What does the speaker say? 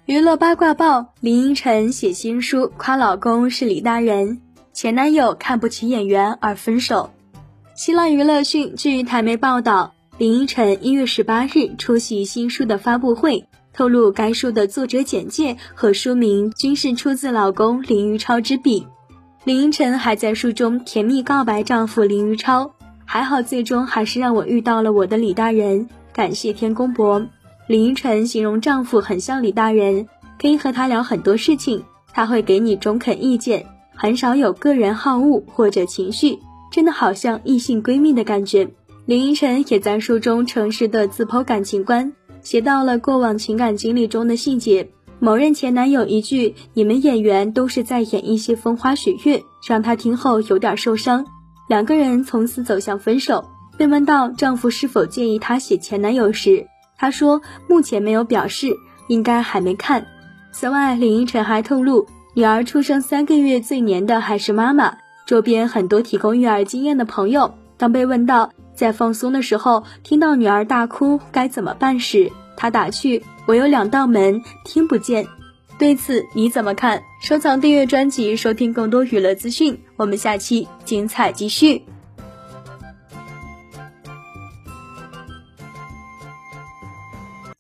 娱乐八卦报：林依晨写新书夸老公是李大人，前男友看不起演员而分手。新浪娱乐讯，据台媒报道，林依晨1月18日出席新书的发布会，透露该书的作者简介和书名均是出自老公林于超之笔。林依晨还在书中甜蜜告白丈夫林于超，还好最终还是让我遇到了我的李大人，感谢天公伯。林依晨形容丈夫很像李大人，可以和他聊很多事情，他会给你中肯意见，很少有个人好恶或者情绪，真的好像异性闺蜜的感觉。林依晨也在书中诚实的自剖感情观，写到了过往情感经历中的细节。某任前男友一句你们演员都是在演一些风花雪月，让她听后有点受伤，两个人从此走向分手。被问到丈夫是否建议她写前男友时，她说目前没有表示，应该还没看。此外，林依晨还透露，女儿出生3个月最黏的还是妈妈，周边很多提供育儿经验的朋友，当被问到在放松的时候听到女儿大哭该怎么办时，她打趣我有2道门听不见。对此你怎么看？收藏订阅专辑，收听更多娱乐资讯，我们下期精彩继续。